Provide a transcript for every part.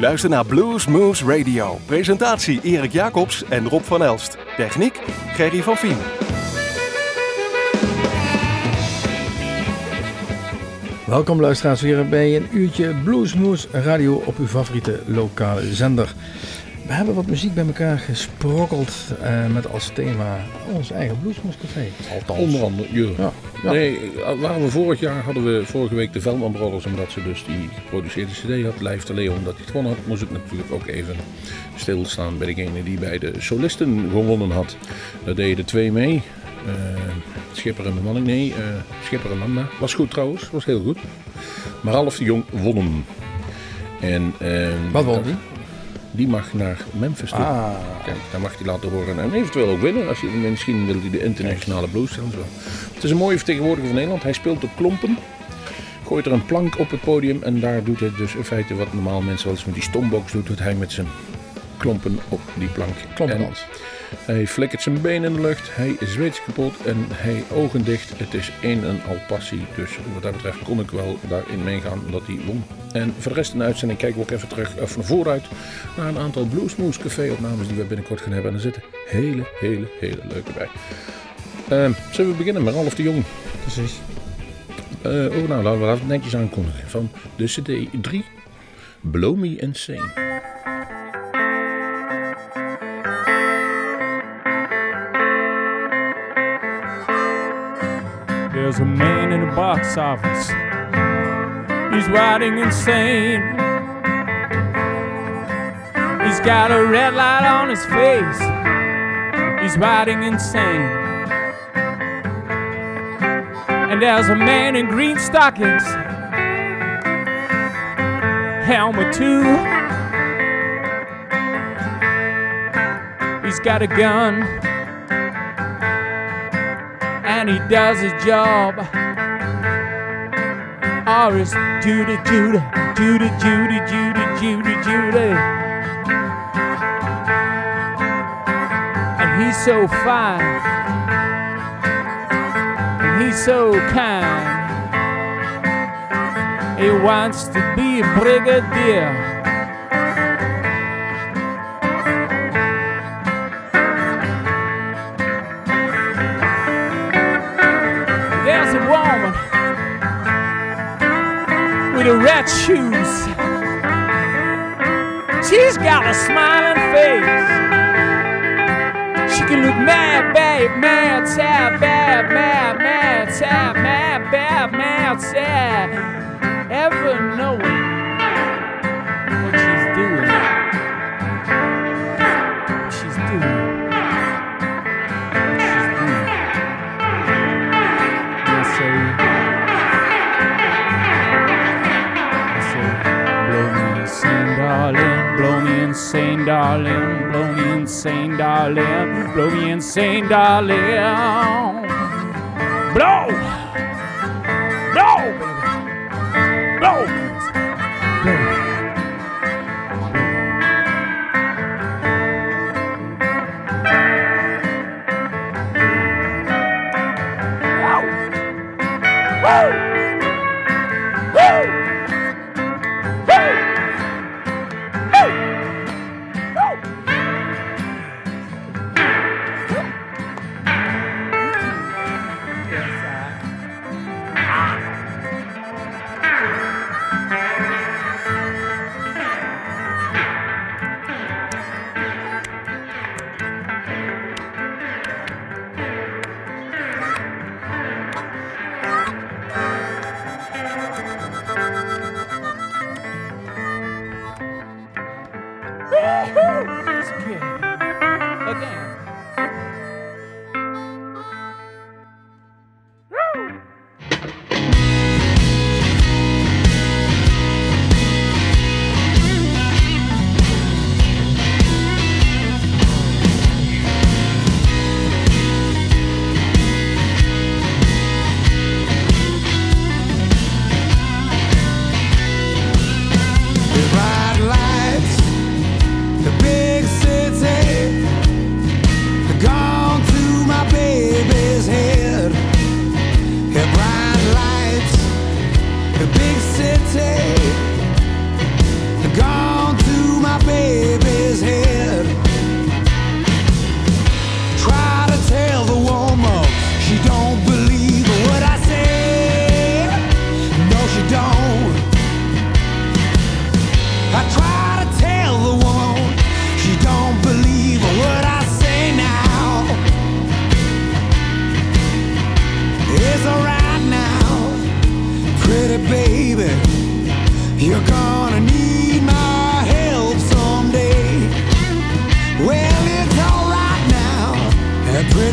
luistert naar Blues Moose Radio. Presentatie Erik Jacobs en Rob van Elst. Techniek Gerry van Vien. Welkom luisteraars weer bij een uurtje Blues Moose Radio op uw favoriete lokale zender. We hebben wat muziek bij elkaar gesprokkeld met als thema ons eigen Bluesmoose Café. Althans. Onder andere, ja. Nee, hadden we vorige week de Veldman Brothers, omdat ze dus die geproduceerde cd had, Live de Leon, dat hij het gewonnen had, moest ik natuurlijk ook even stilstaan bij degene die bij de solisten gewonnen had. Daar deden de twee mee. Schipper en bemanning, Schipper en Landa. Was goed trouwens, was heel goed. Maar Ralf de Jong wonnen. En, wat won die? Die mag naar Memphis toe. Kijk, daar mag hij laten horen. En eventueel ook winnen. Misschien wil hij de internationale blues stellen. Het is een mooie vertegenwoordiger van Nederland. Hij speelt op klompen. Gooit er een plank op het podium. En daar doet hij dus in feite wat normaal mensen wel eens met die stombox doet. Doet hij met zijn klompen op die plank. Klompendans. Hij flikkert zijn benen in de lucht. Hij zweet zich kapot. En hij ogen dicht. Het is een en al passie. Dus wat dat betreft kon ik wel daarin meegaan dat hij won. En voor de rest in de uitzending kijken we ook even terug naar vooruit naar een aantal Bluesmoose Café opnames die we binnenkort gaan hebben. En er zitten hele leuke bij. Zullen we beginnen met Ralf de Jong? Precies. Laten we het netjes aankondigen. Van de CD 3, Blow Me Insane. There's a man in the box office. He's riding insane. He's got a red light on his face. He's riding insane. And there's a man in green stockings. Helmet too. He's got a gun. And he does his job. Or it's Judy. And he's so fine. And he's so kind. He wants to be a brigadier. There's a woman with the red shoes. She's got a smiling face. She can look mad, bad, mad, sad, bad, mad, sad, mad, bad, mad, sad. Ever knowing what she's doing? What she's doing? Yes, sir. Blow me insane, darling. Blow me insane, darling. Blow me insane, darling. Blow! Blow, baby. Blow! Blow.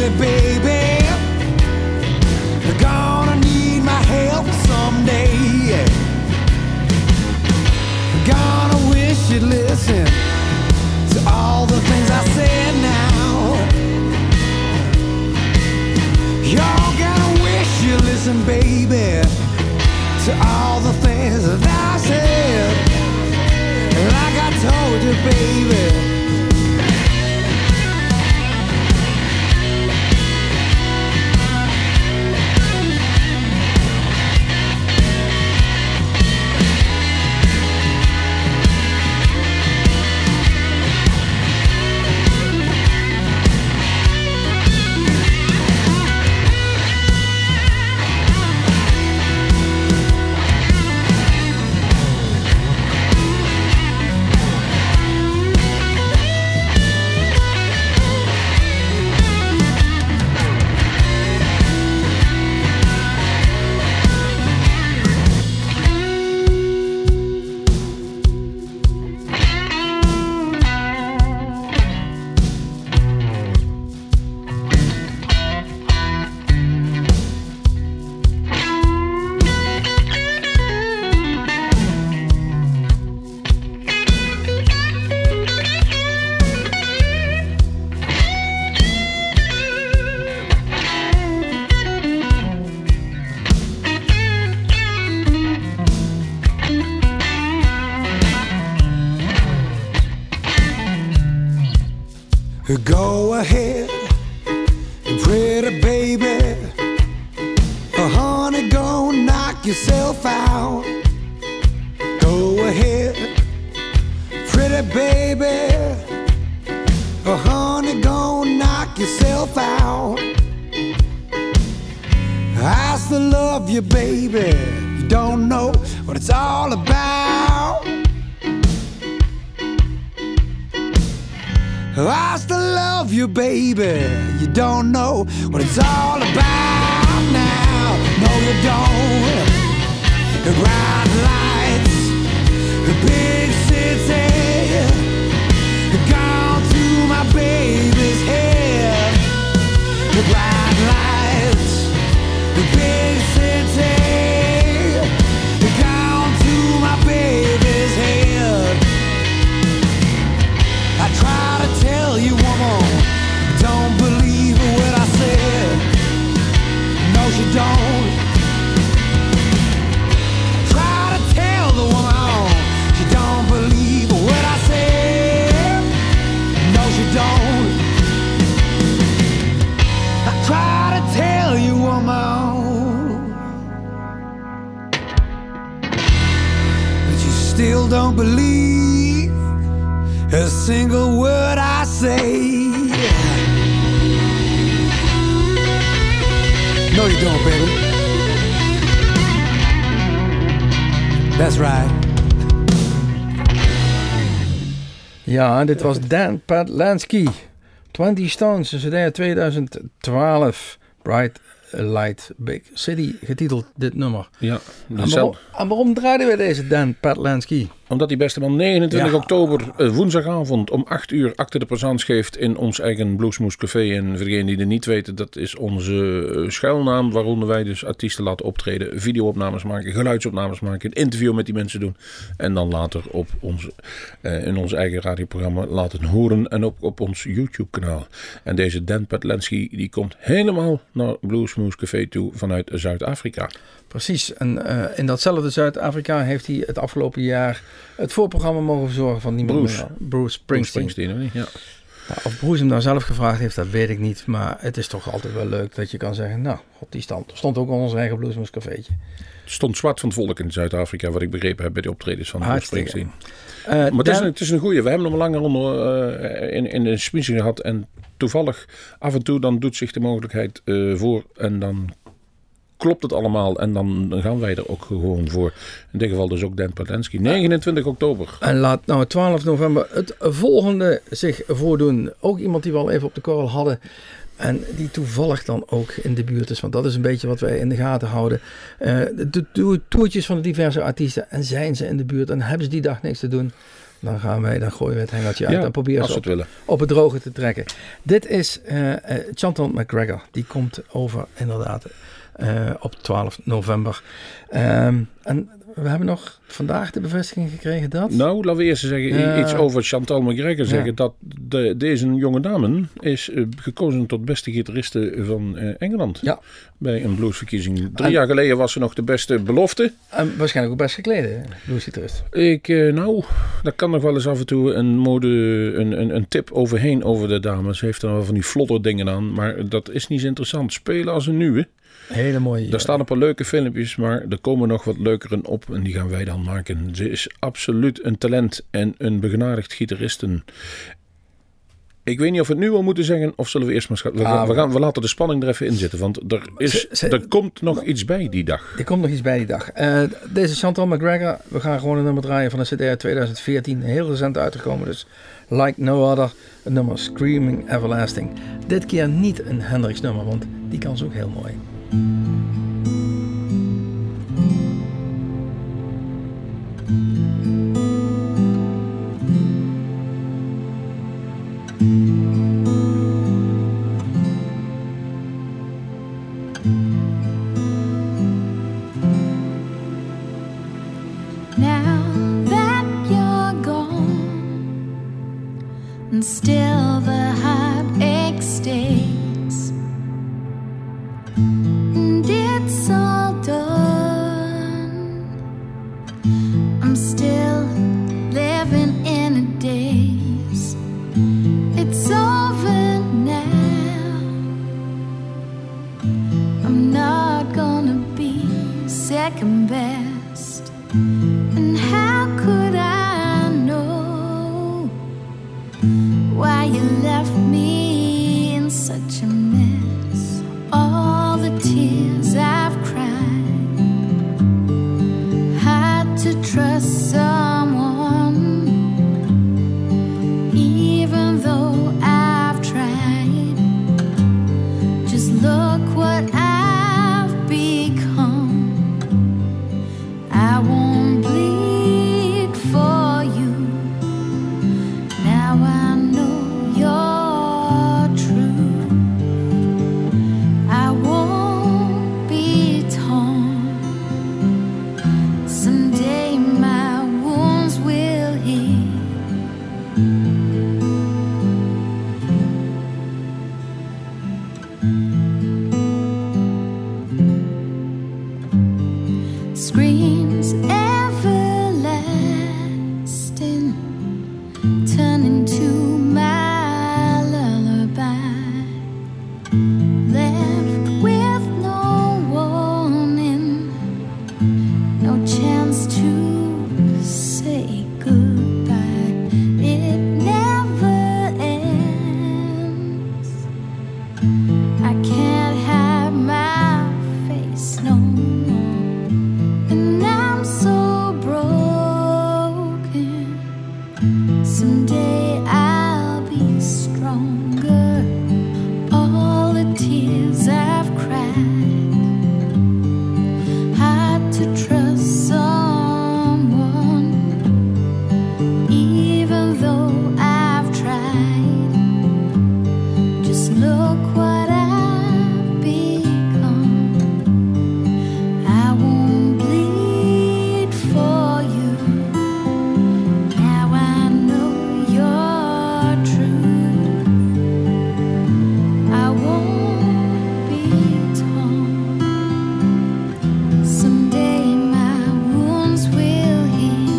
me, baby, you're gonna need my help someday. You're gonna wish you'd listen to all the things I said now. You're gonna wish you'd listen, baby, to all the things that I said. Like I told you, baby. Go ahead, pretty baby. Oh, honey, go knock yourself out. Go ahead, pretty baby. Oh, honey, go knock yourself out. I still love you, baby. You don't know what it's all about. I still love you, baby. You don't know what it's all about now. No, you don't. The bright lights, the big city, gone through my baby's head. The bright lights, the big city, gone through my baby's head. I try to tell you, woman, don't believe what I said. No, she don't. Try to tell the woman she don't believe what I said. No, she don't. I try to tell you, woman, but you still don't believe a single word I say. No, you don't, baby. That's right. Ja, dit was Dan Patlansky. 20 Stones, een CD 2012. Bright Light Big City, getiteld dit nummer. Ja, en waarom draaiden we deze Dan Patlansky? Omdat die beste man 29 oktober woensdagavond om 8 uur acte de présence geeft in ons eigen Bluesmoose Café. En voor degenen die het niet weten, dat is onze schuilnaam waaronder wij dus artiesten laten optreden, videoopnames maken, geluidsopnames maken, een interview met die mensen doen. En dan later op in ons eigen radioprogramma laten horen en ook op ons YouTube kanaal. En deze Dan Patlansky die komt helemaal naar Bluesmoose Café toe vanuit Zuid-Afrika. Precies, en in datzelfde Zuid-Afrika heeft hij het afgelopen jaar het voorprogramma mogen verzorgen van niemand meer. Bruce Springsteen. Ja. Nou, of Bruce hem nou zelf gevraagd heeft, dat weet ik niet. Maar het is toch altijd wel leuk dat je kan zeggen, nou, god, die stond ook op ons eigen Bluesmoose Cafeetje. Het stond zwart van het volk in Zuid-Afrika, wat ik begrepen heb bij de optredens van Bruce Springsteen. Maar het is een goeie. We hebben hem langer in de spiezen gehad. En toevallig af en toe dan doet zich de mogelijkheid voor en dan klopt het allemaal en dan gaan wij er ook gewoon voor. In dit geval dus ook Dan Patlansky. 29 oktober. En laat nou 12 november het volgende zich voordoen. Ook iemand die we al even op de korrel hadden. En die toevallig dan ook in de buurt is. Want dat is een beetje wat wij in de gaten houden. De toertjes van de diverse artiesten. En zijn ze in de buurt en hebben ze die dag niks te doen. Dan gooien we het hengeltje uit en proberen ze op het droge te trekken. Dit is Chantal McGregor. Die komt over inderdaad op 12 november. En we hebben nog vandaag de bevestiging gekregen dat... Nou, laten we eerst zeggen iets over Chantal McGregor zeggen. Dat deze jonge dame is gekozen tot beste gitariste van Engeland. Ja. Bij een bluesverkiezing. 3 jaar geleden was ze nog de beste belofte. En waarschijnlijk ook best geklede bluesgitarist. Daar kan nog wel eens af en toe een tip overheen over de dame. Ze heeft er wel van die vlotter dingen aan. Maar dat is niet zo interessant. Spelen als een nieuwe. Hele mooie. Daar staan een paar leuke filmpjes, maar er komen nog wat leukeren op en die gaan wij dan maken. Ze is absoluut een talent en een begenadigd gitariste. Ik weet niet of we het nu al moeten zeggen of zullen we eerst maar... We laten de spanning er even in zitten, want er komt nog iets bij die dag. Er komt nog iets bij die dag. Deze Chantal McGregor, we gaan gewoon een nummer draaien van de CD uit 2014. Heel recent uitgekomen, dus Like No Other. Het nummer Screaming Everlasting. Dit keer niet een Hendrix nummer, want die kan ze ook heel mooi. And still the heartache stays, and it's all done. I'm still living in a daze. It's over now. I'm not gonna be second best. And how could I know why you left me in such a mess? All the tears I've cried, had to trust someone, even though I've tried. Just look what I've become. I won't bleed for you. Now I know you're true. I won't be torn. Someday my wounds will heal. Screams everlasting, turn into my lullaby. Left with no warning, no chance to say goodbye. It never ends. I can't hide my face no more, and I'm so broken. Someday I'll be stronger. All the tears I've cried, had to trust someone, even though I've tried. Just look what I've become. I won't bleed for you. Now I know you're true. I won't be torn. Someday my wounds will heal.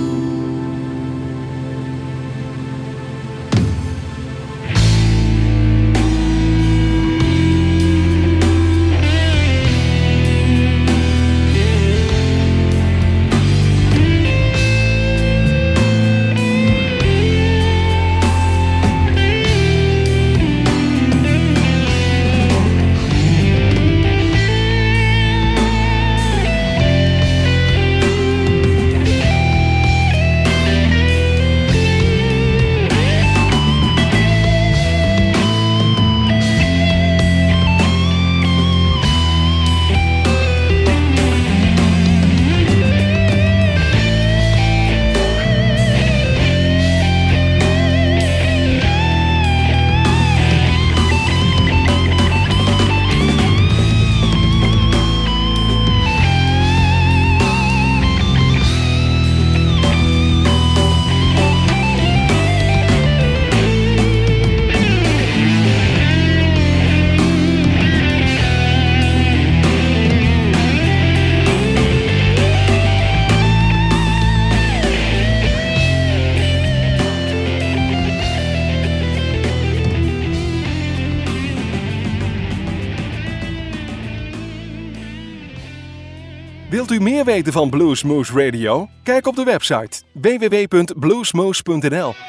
Wilt u meer weten van Bluesmoose Radio? Kijk op de website www.bluesmoose.nl.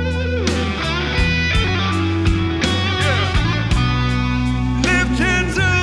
Lived into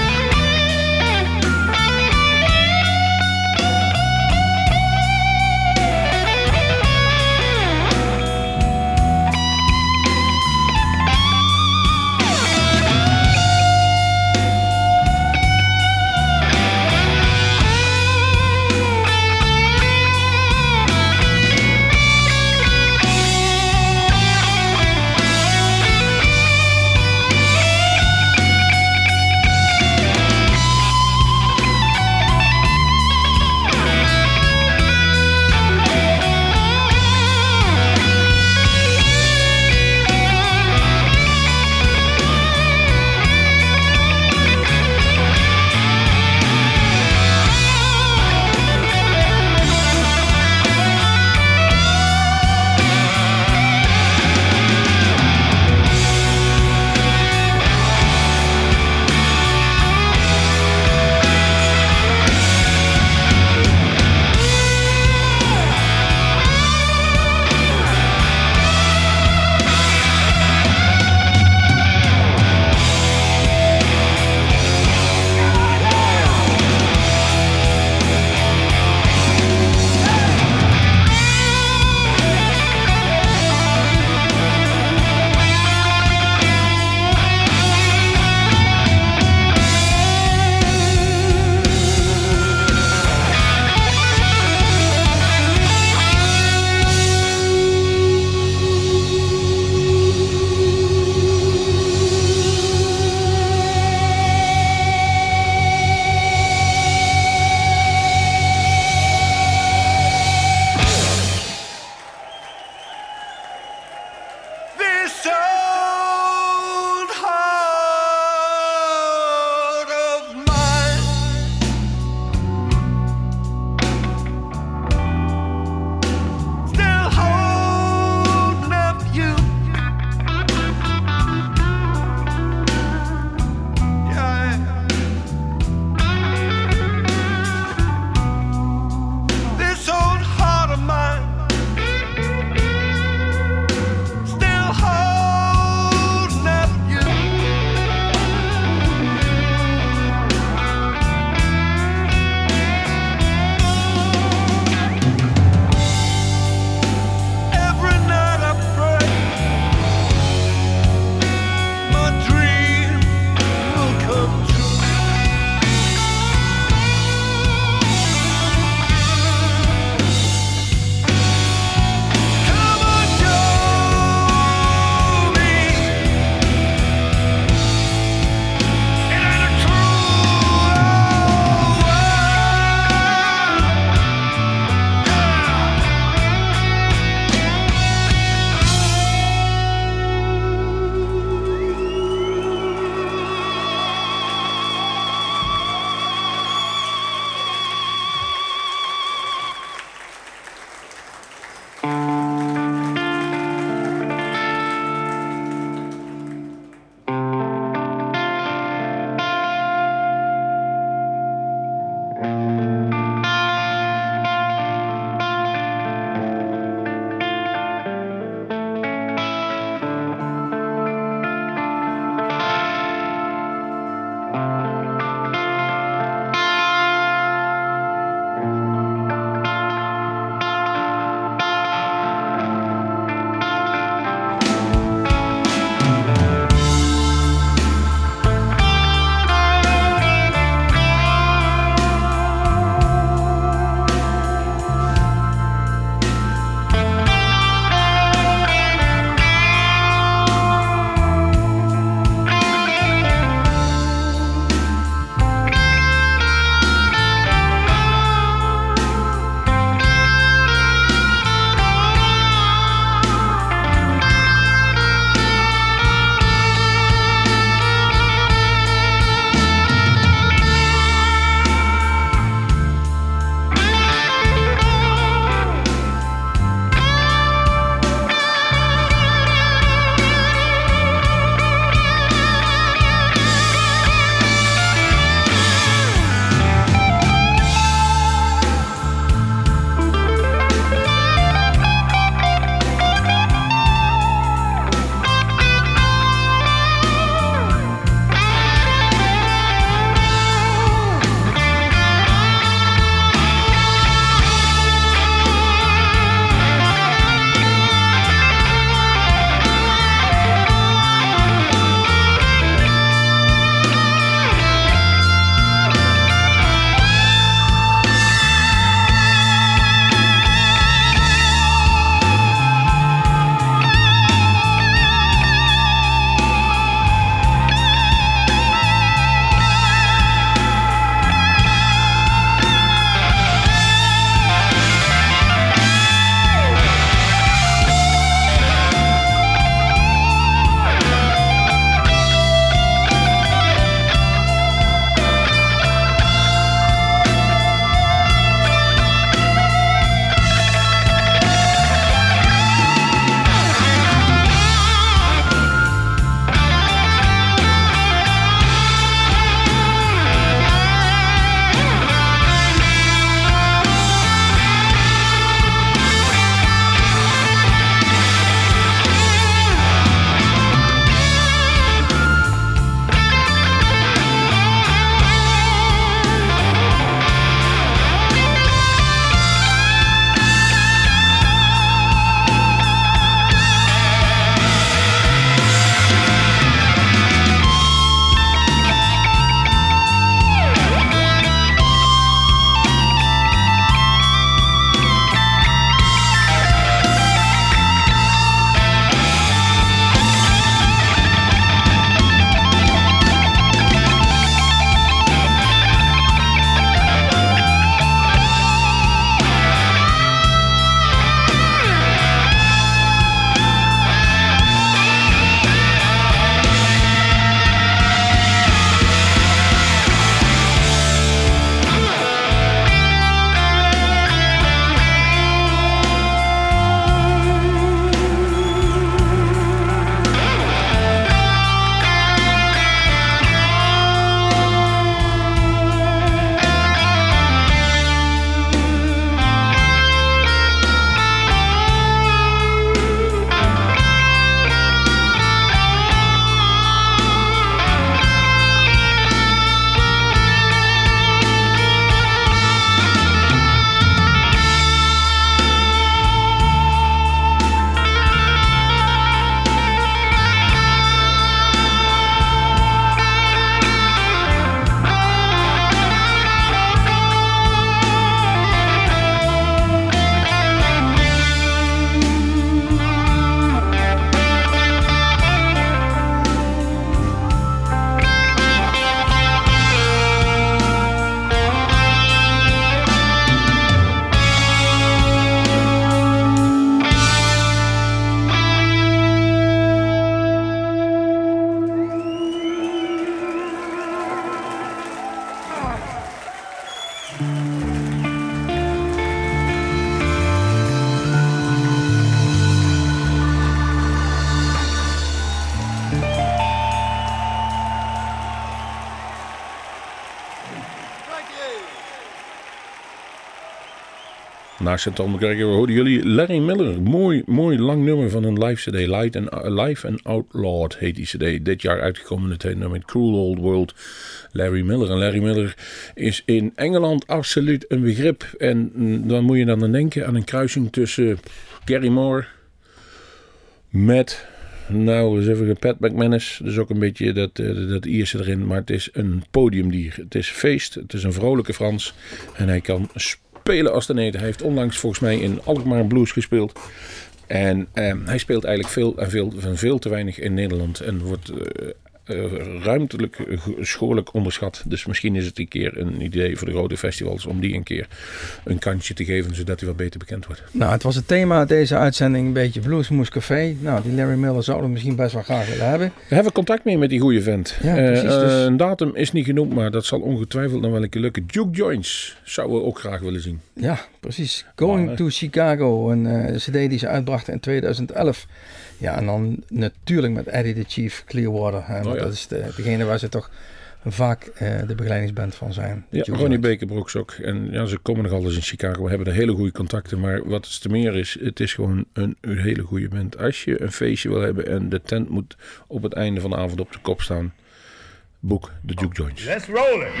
Naast Central McGregor hoorden jullie Larry Miller. Mooi lang nummer van een live cd. Live and Outlawed heet die cd. Dit jaar uitgekomen het heet nummer Cruel Old World. Larry Miller. En Larry Miller is in Engeland absoluut een begrip. En dan moet je dan aan denken aan een kruising tussen Gary Moore met... Nou, eens even Pat McManus. Dus ook een beetje dat Ierse erin. Maar het is een podiumdier. Het is feest. Het is een vrolijke Frans. En hij kan spelen als de neet. Hij heeft onlangs volgens mij in Alkmaar Blues gespeeld. En hij speelt eigenlijk veel te weinig in Nederland. En wordt ruimtelijk, schoorlijk onderschat. Dus misschien is het een keer een idee voor de grote festivals om die een keer een kansje te geven, zodat hij wat beter bekend wordt. Nou, het was het thema deze uitzending, een beetje Bluesmoes Café. Nou, die Larry Miller zouden we misschien best wel graag willen hebben. We hebben contact mee met die goede vent. Ja, precies. Dus... een datum is niet genoemd, maar dat zal ongetwijfeld nog wel een keer lukken. Duke Joints zouden we ook graag willen zien. Ja, precies. Going to Chicago, een cd die ze uitbrachten in 2011. Ja, en dan natuurlijk met Eddie the Chief Clearwater. Dat is degene waar ze toch vaak de begeleidingsband van zijn. Ja, Ronnie Bakerbrooks ook. En ja, ze komen nog altijd in Chicago. We hebben er hele goede contacten. Maar wat het te meer is, het is gewoon een hele goede band. Als je een feestje wil hebben en de tent moet op het einde van de avond op de kop staan, boek de Duke Joints. Let's roll it!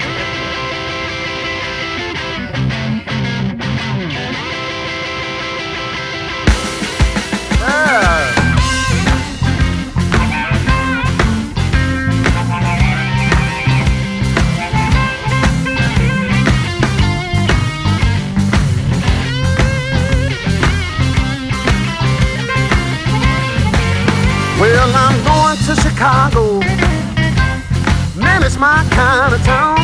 Well, I'm going to Chicago. Man, it's my kind of town.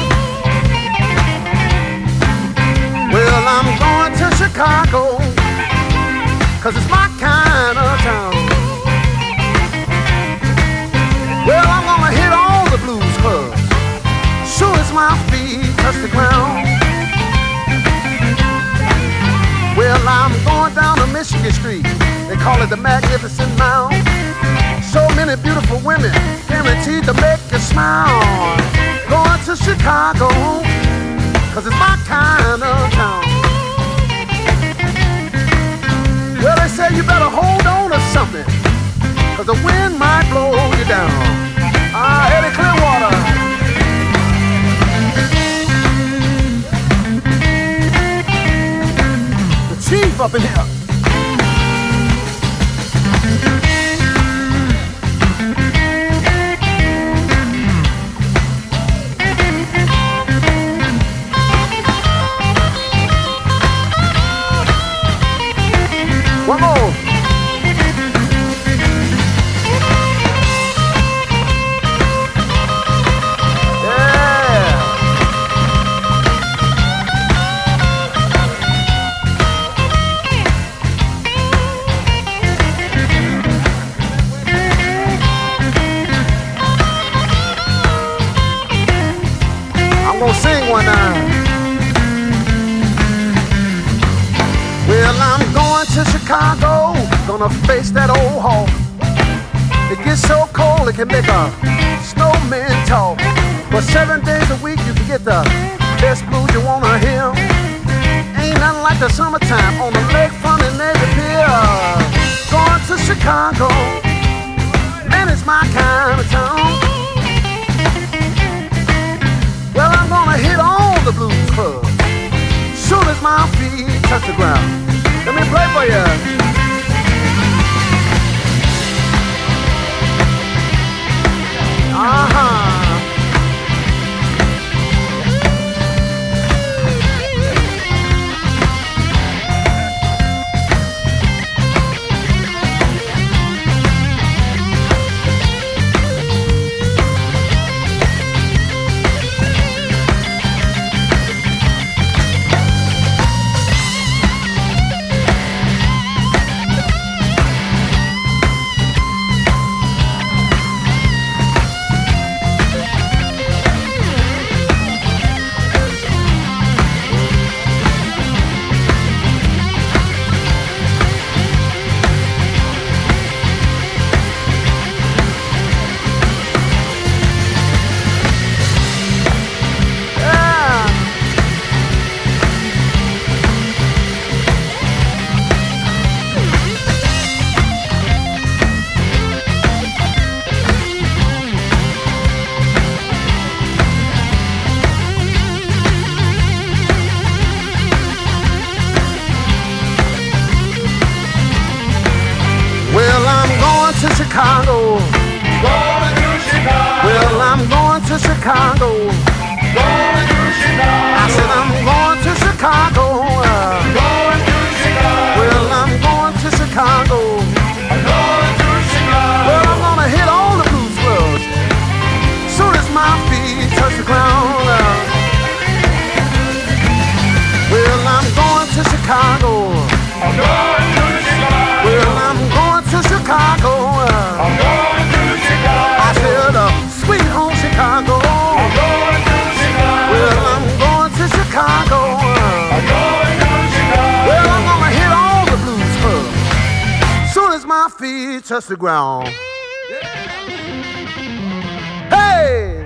Well, I'm going to Chicago, 'cause it's my kind of town. Well, I'm gonna hit all the blues clubs, soon as my feet touch the ground. Well, I'm going down to Michigan Street, they call it the Magnificent Mound. So many beautiful women, guaranteed to make you smile. Going to Chicago, 'cause it's my kind of town. Well, they say you better hold on to something, 'cause the wind might blow you down. Eddie Clearwater. The chief up in here. One more. Yeah. I'm gonna sing one now. Well, I'm going to Chicago, gonna face that old hawk. It gets so cold it can make a snowman talk. But 7 days a week you can get the best blues you wanna hear. Ain't nothing like the summertime on the lakefront in Navy Pier. Going to Chicago, man, it's my kind of town. Well, I'm gonna hit all the blues clubs, soon as my feet touch the ground. Let me play for you. to Chicago. Going to Chicago. I said I'm going to Chicago. Going to Chicago. Well, I'm going to Chicago. Going to Chicago. Well, I'm gonna hit all the blues clubs soon as my feet touch the ground. Well, I'm going to Chicago. I'm going to Chicago. Well, I'm going to Chicago. I'm going to Chicago. I said, sweet home Chicago. I'm going to Chicago. Well, I'm going to Chicago. I'm going to Chicago. Well, I'm gonna hit all the blues clubs soon as my feet touch the ground. Hey!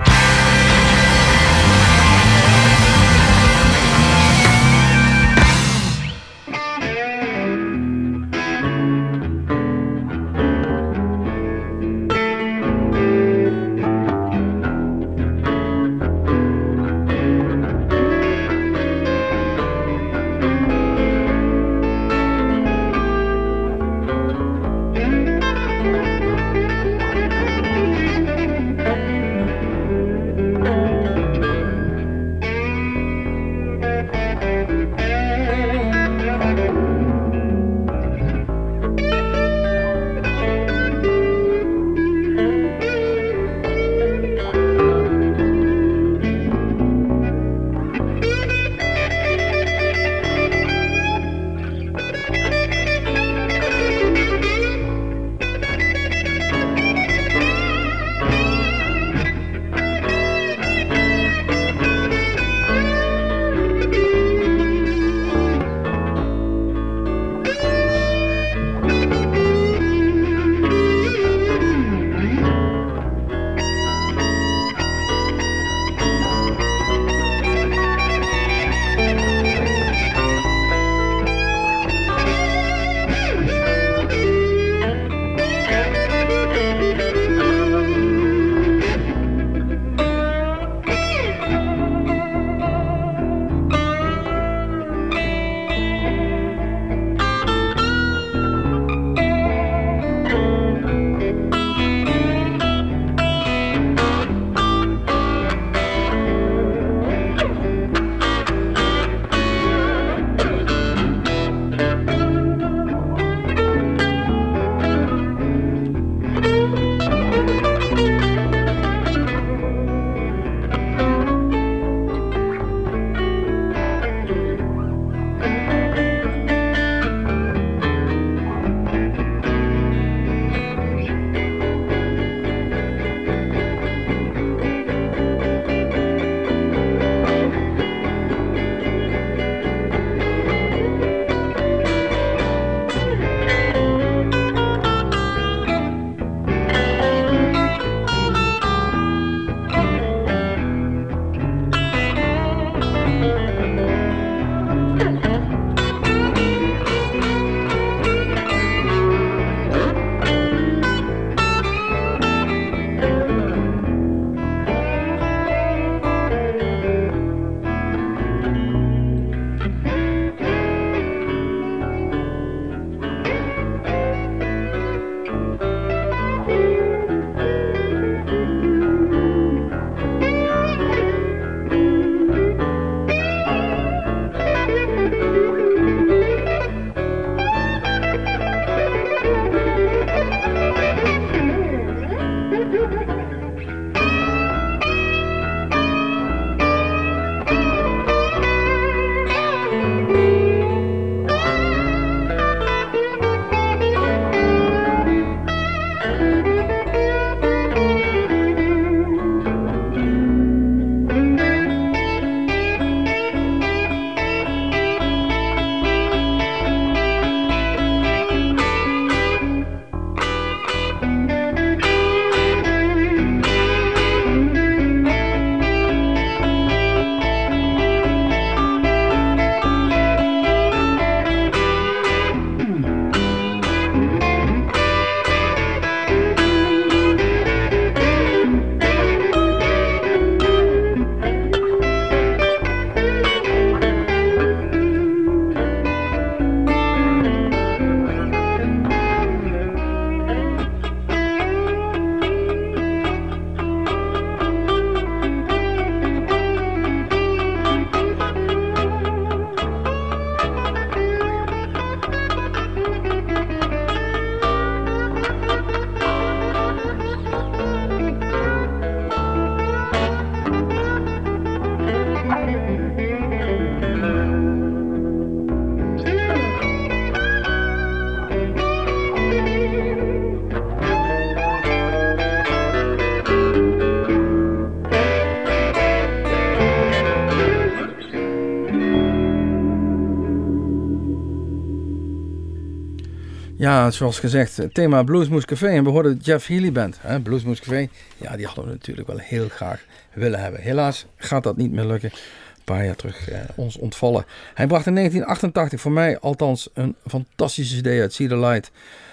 Ja, zoals gezegd, thema Bluesmoose Café. En we hoorden de Jeff Healey Band. Bluesmoose Café, ja, die hadden we natuurlijk wel heel graag willen hebben. Helaas gaat dat niet meer lukken. Een paar jaar terug ons ontvallen. Hij bracht in 1988 voor mij althans een fantastische cd uit See the Light.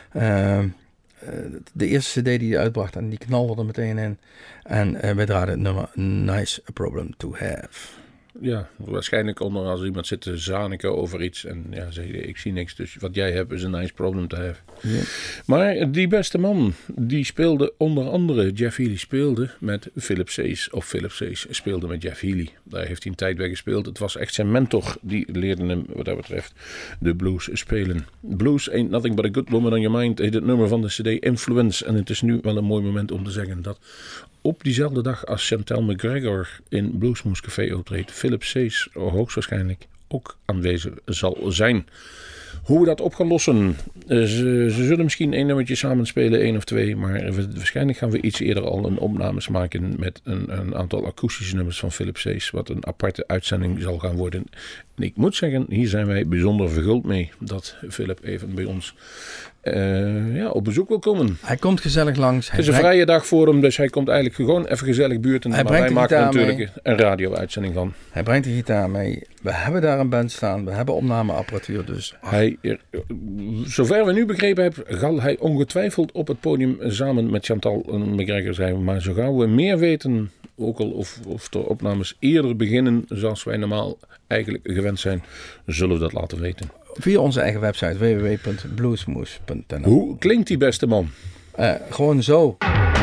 De eerste cd die hij uitbracht en die knalde er meteen in. En wij draaiden het nummer Nice Problem to Have. Ja, waarschijnlijk onder als iemand zit te zaniken over iets en ja, zeg je, ik zie niks, dus wat jij hebt is een nice problem to have. Ja. Maar die beste man, die speelde onder andere, Jeff Healey speelde met Philip Sage, of Philip Sage speelde met Jeff Healey. Daar heeft hij een tijd bij gespeeld. Het was echt zijn mentor, die leerde hem wat dat betreft de blues spelen. Blues ain't nothing but a good woman on your mind, heet het nummer van de cd Influence. En het is nu wel een mooi moment om te zeggen dat op diezelfde dag als Chantal McGregor in Bluesmoose Café optreedt, Philip Sage hoogstwaarschijnlijk ook aanwezig zal zijn. Hoe we dat op gaan lossen, ze zullen misschien 1 nummertje samen spelen, 1 of 2, maar waarschijnlijk gaan we iets eerder al een opnames maken met een aantal akoestische nummers van Philip Sage, wat een aparte uitzending zal gaan worden. En ik moet zeggen, hier zijn wij bijzonder verguld mee dat Philip even bij ons op bezoek wil komen. Hij komt gezellig langs. Het is een vrije dag voor hem, dus hij komt eigenlijk gewoon even gezellig buurten. Maar wij maken er natuurlijk een radio-uitzending van. Hij brengt de gitaar mee. We hebben daar een band staan. We hebben opnameapparatuur. Dus. Zover we nu begrepen hebben, zal hij ongetwijfeld op het podium samen met Chantal McGregor zijn. Maar zo gauw we meer weten, ook al of de opnames eerder beginnen, zoals wij normaal eigenlijk gewend zijn, zullen we dat laten weten. Via onze eigen website www.bluesmoose.nl. Hoe klinkt die beste man? Gewoon zo.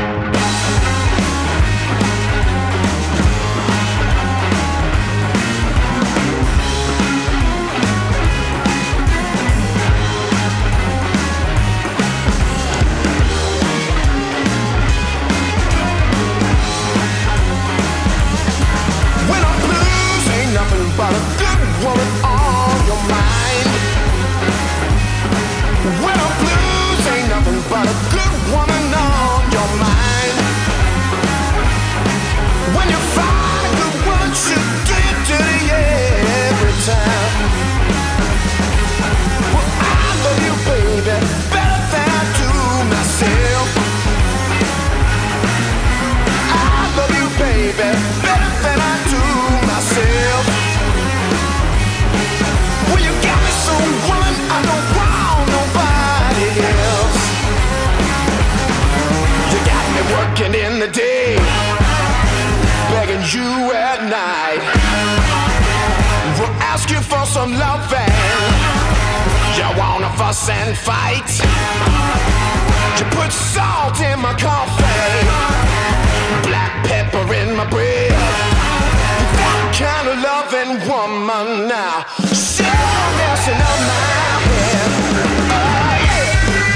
And fight. You put salt in my coffee, black pepper in my bread. That kind of loving woman now, still messing up my head. Oh yeah.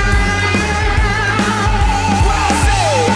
What's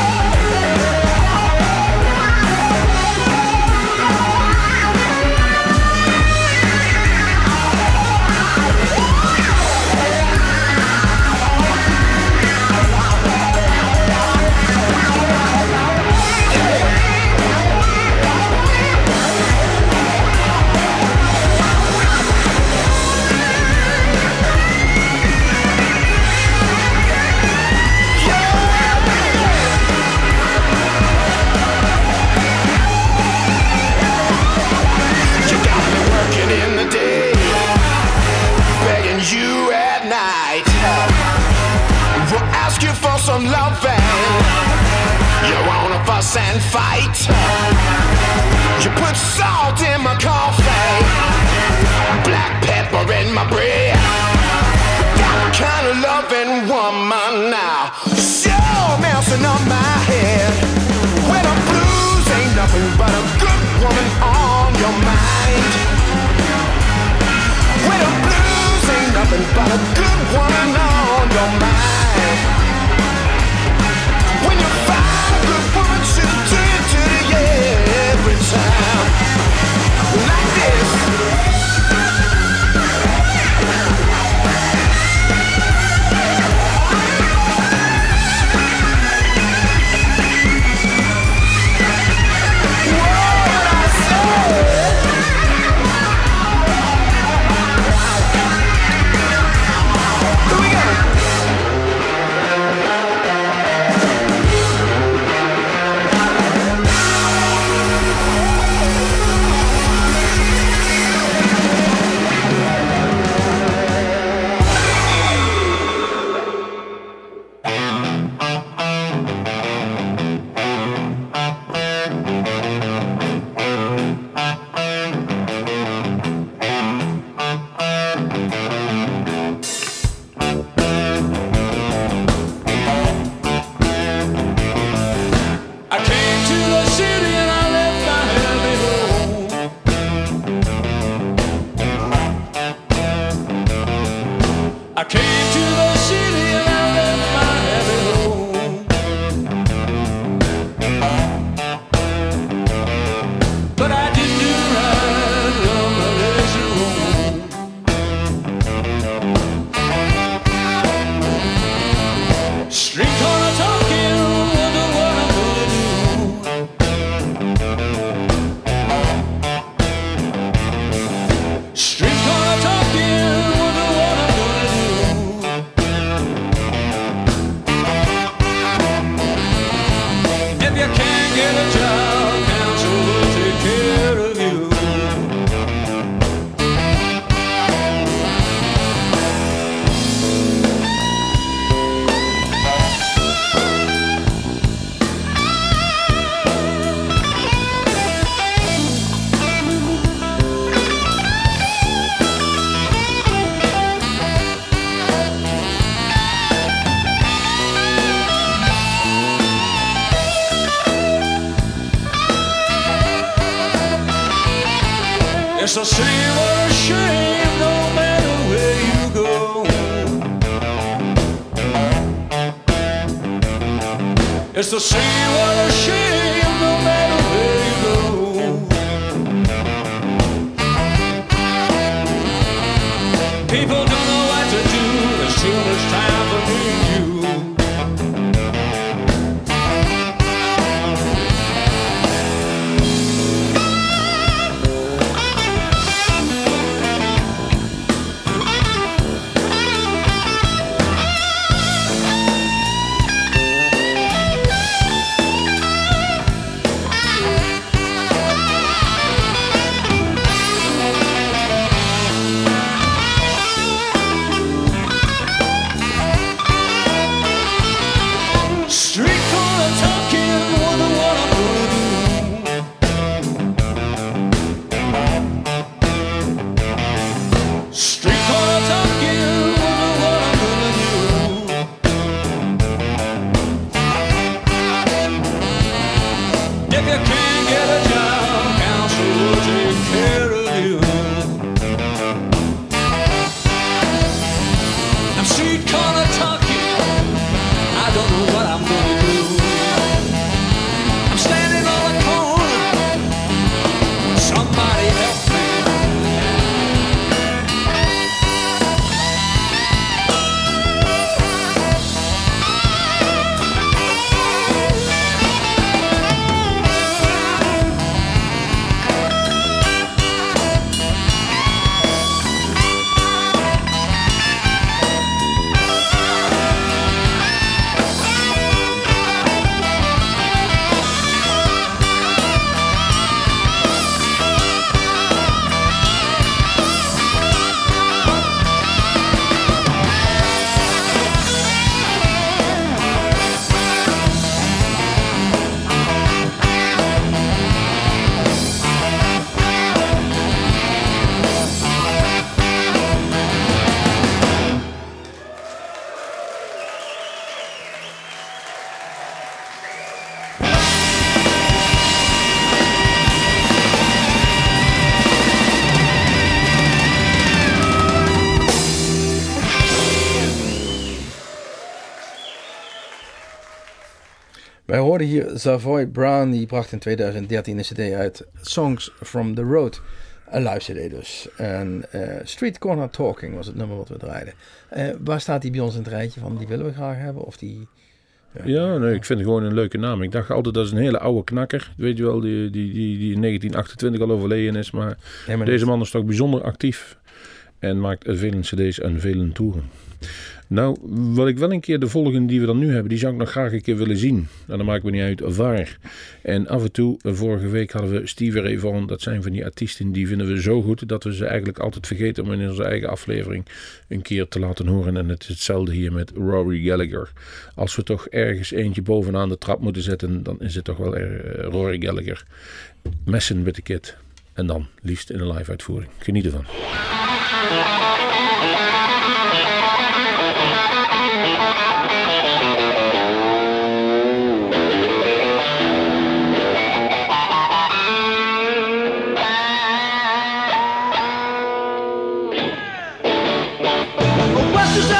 some loving, you wanna fuss and fight. You put salt in my coffee, black pepper in my bread. That kind of loving woman now, sure messing up my head. When the blues ain't nothing but a good woman on your mind. When the blues ain't nothing but a good woman on your mind. When you find a good woman, she'll do it to you every time. Like this. Here we go. I came to the city and I left my happy home. But I didn't do right on the lazy road. Street corner talking, wonder what I'm gonna do. Street corner talking, wonder what I'm gonna do. If you can't get a job, council will take care of you. It's a shame or a shame, no matter where you go. It's a shame or a shame, no matter where you go. People don't know what to do, there's too much time for me and you. Street corner talking, wonder what I'm gonna do. Street corner talking, wonder what I'm gonna do. If you can't get a job, council will take care of you. I'm street corner talking, I don't know what I'm gonna do. I'm standing on the corner, somebody help me. Wij hoorden hier Savoy Brown, die bracht in 2013 een cd uit, Songs from the Road. Een live cd dus. En Street Corner Talking was het nummer wat we draaiden. Waar staat die bij ons in het rijtje van? Die willen we graag hebben? Of die... Ja, nee, ik vind het gewoon een leuke naam. Ik dacht altijd dat is een hele oude knakker. Weet je wel, die in 1928 al overleden is. Maar deze man is toch bijzonder actief. En maakt vele cd's en vele toeren. Nou, wat ik wel een keer de volgende die we dan nu hebben, die zou ik nog graag een keer willen zien. En dan maakt me niet uit waar. En af en toe, vorige week hadden we Stevie Ray Vaughan. Dat zijn van die artiesten, die vinden we zo goed dat we ze eigenlijk altijd vergeten om in onze eigen aflevering een keer te laten horen. En het is hetzelfde hier met Rory Gallagher. Als we toch ergens eentje bovenaan de trap moeten zetten, dan is het toch wel Rory Gallagher. Messing with the Kid. En dan liefst in een live uitvoering. Geniet ervan. What's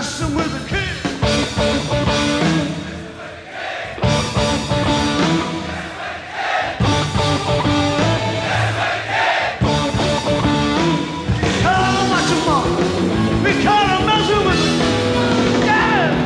messing with the kid. How much more? Because I'm messing with the yeah.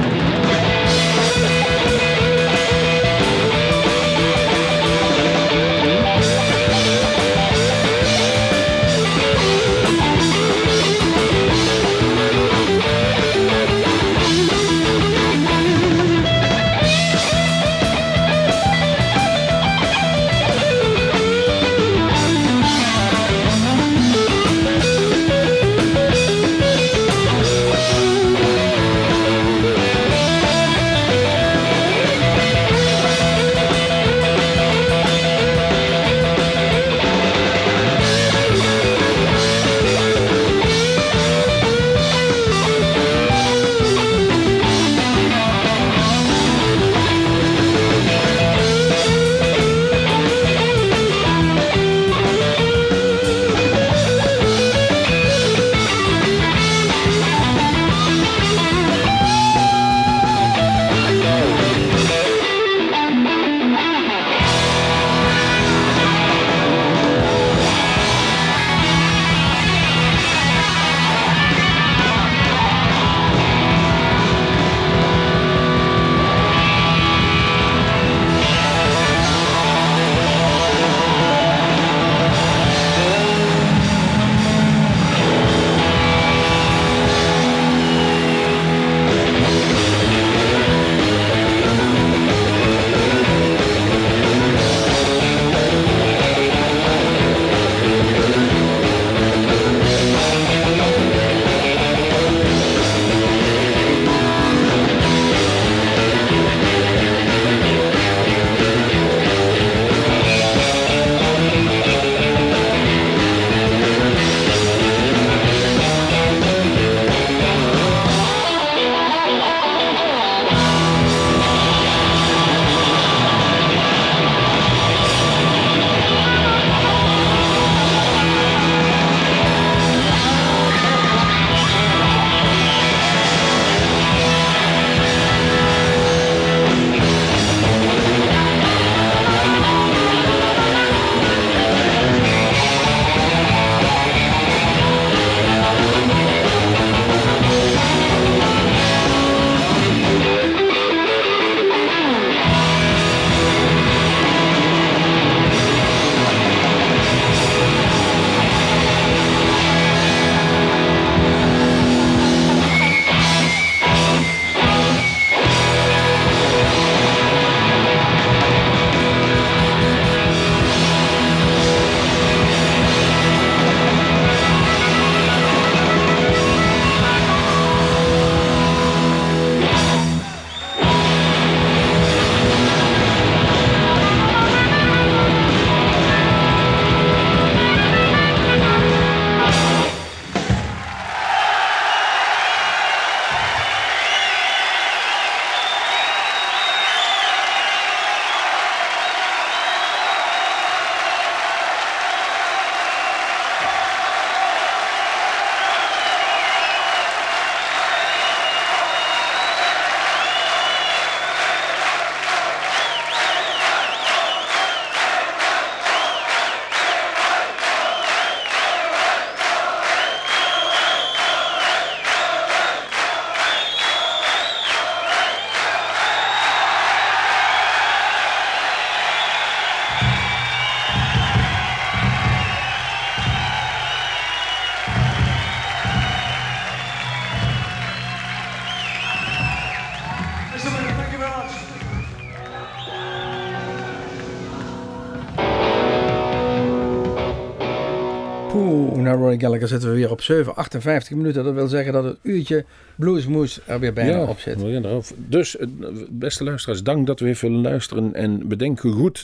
naar Roy Gallagher zitten we weer op 7:58 minuten. Dat wil zeggen dat het uurtje Bluesmoose er weer bijna op zit. Dus, beste luisteraars, dank dat we weer willen luisteren. En bedenk goed,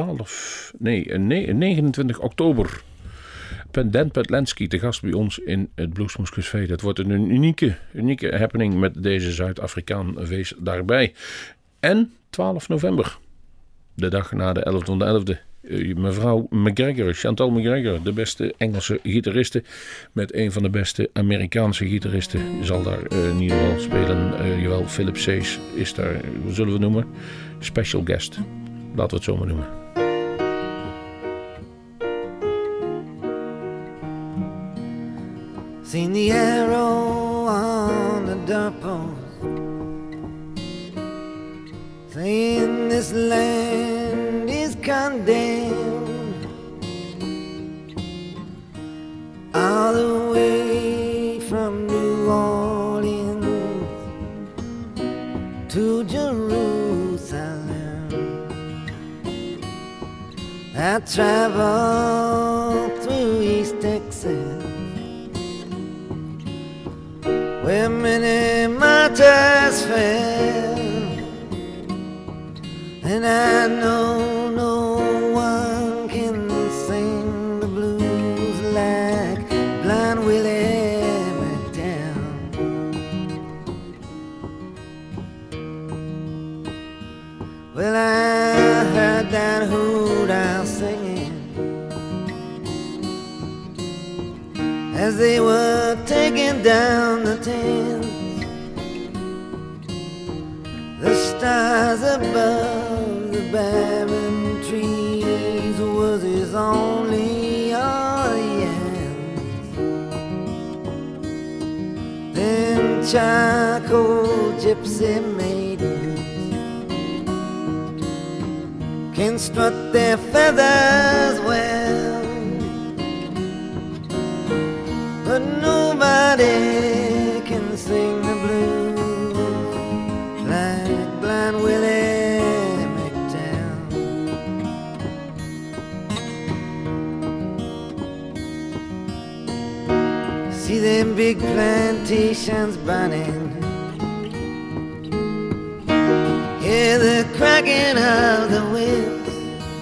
29 oktober. Dan Petlansky te gast bij ons in het Bluesmoose Café. Dat wordt een unieke happening met deze Zuid-Afrikaan feest daarbij. En 12 november, de dag na de 11e van de 11e, Mevrouw McGregor, Chantal McGregor, de beste Engelse gitariste met een van de beste Amerikaanse gitaristen, zal daar in ieder geval spelen. Jawel, Philip Sage is daar, hoe zullen we het noemen? Special guest, laten we het zo maar noemen. Seen the arrow on the doorpost, saying this land is condemned, all the way from New Orleans to Jerusalem. I traveled through East Texas, where many martyrs fell, and I know no one can sing the blues like Blind Willie McDowell. Well, I heard that hoot owl singing as they were taking down the tents. The stars above the barren trees was his only audience. Then charcoal gypsy maidens can strut their feathers well, but nobody can sing the blues like Blind Willie McDowell. See them big plantations burning, hear the cracking of the whips,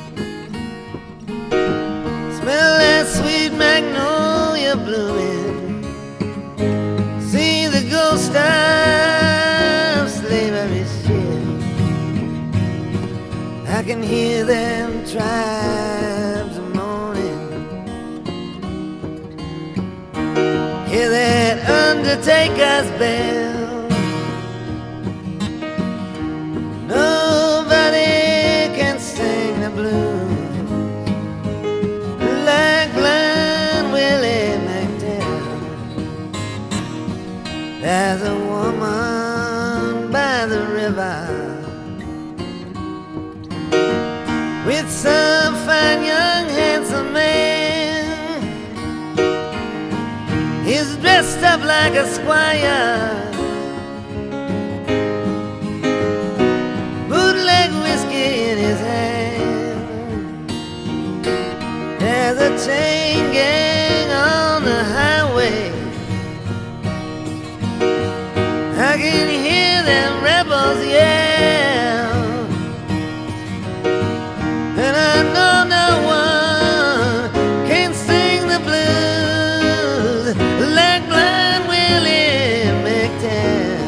smell that sweet magnolia blooming, see the ghost of slavery ship. I can hear them tribes moaning, hear that undertaker's bell. Nobody can sing the blues like Blind Willie McDowell. There's a woman by the river with some fine young handsome man. He's dressed up like a squire, bootleg whiskey in his hand. There's a chain gang on the highway, I can hear them rebels yell, and I know no one can sing the blues like Blind Willie McDowell.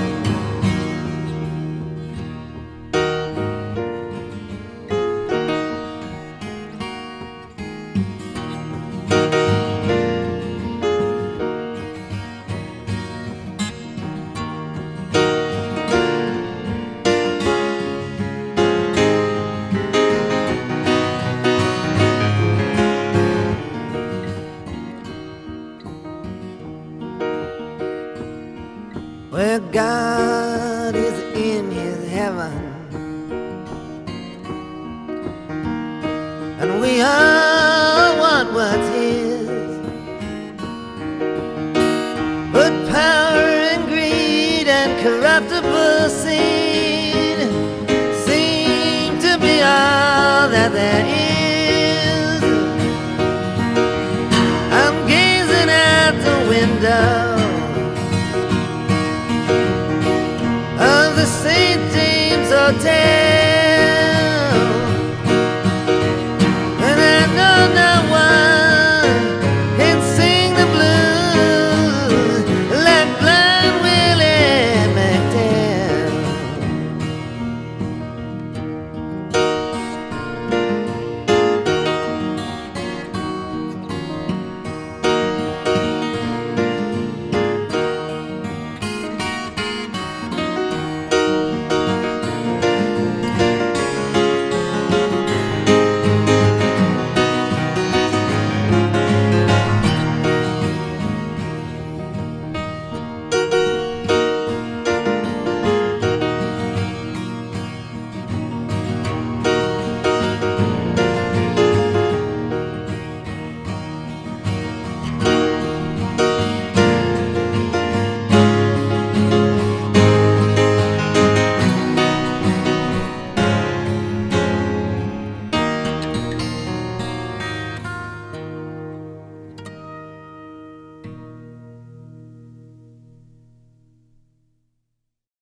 Where God is in his heaven and we all want what's his, but power and greed and corruptible seed seem to be all that there is. I'm gazing out the window of the St. James Hotel,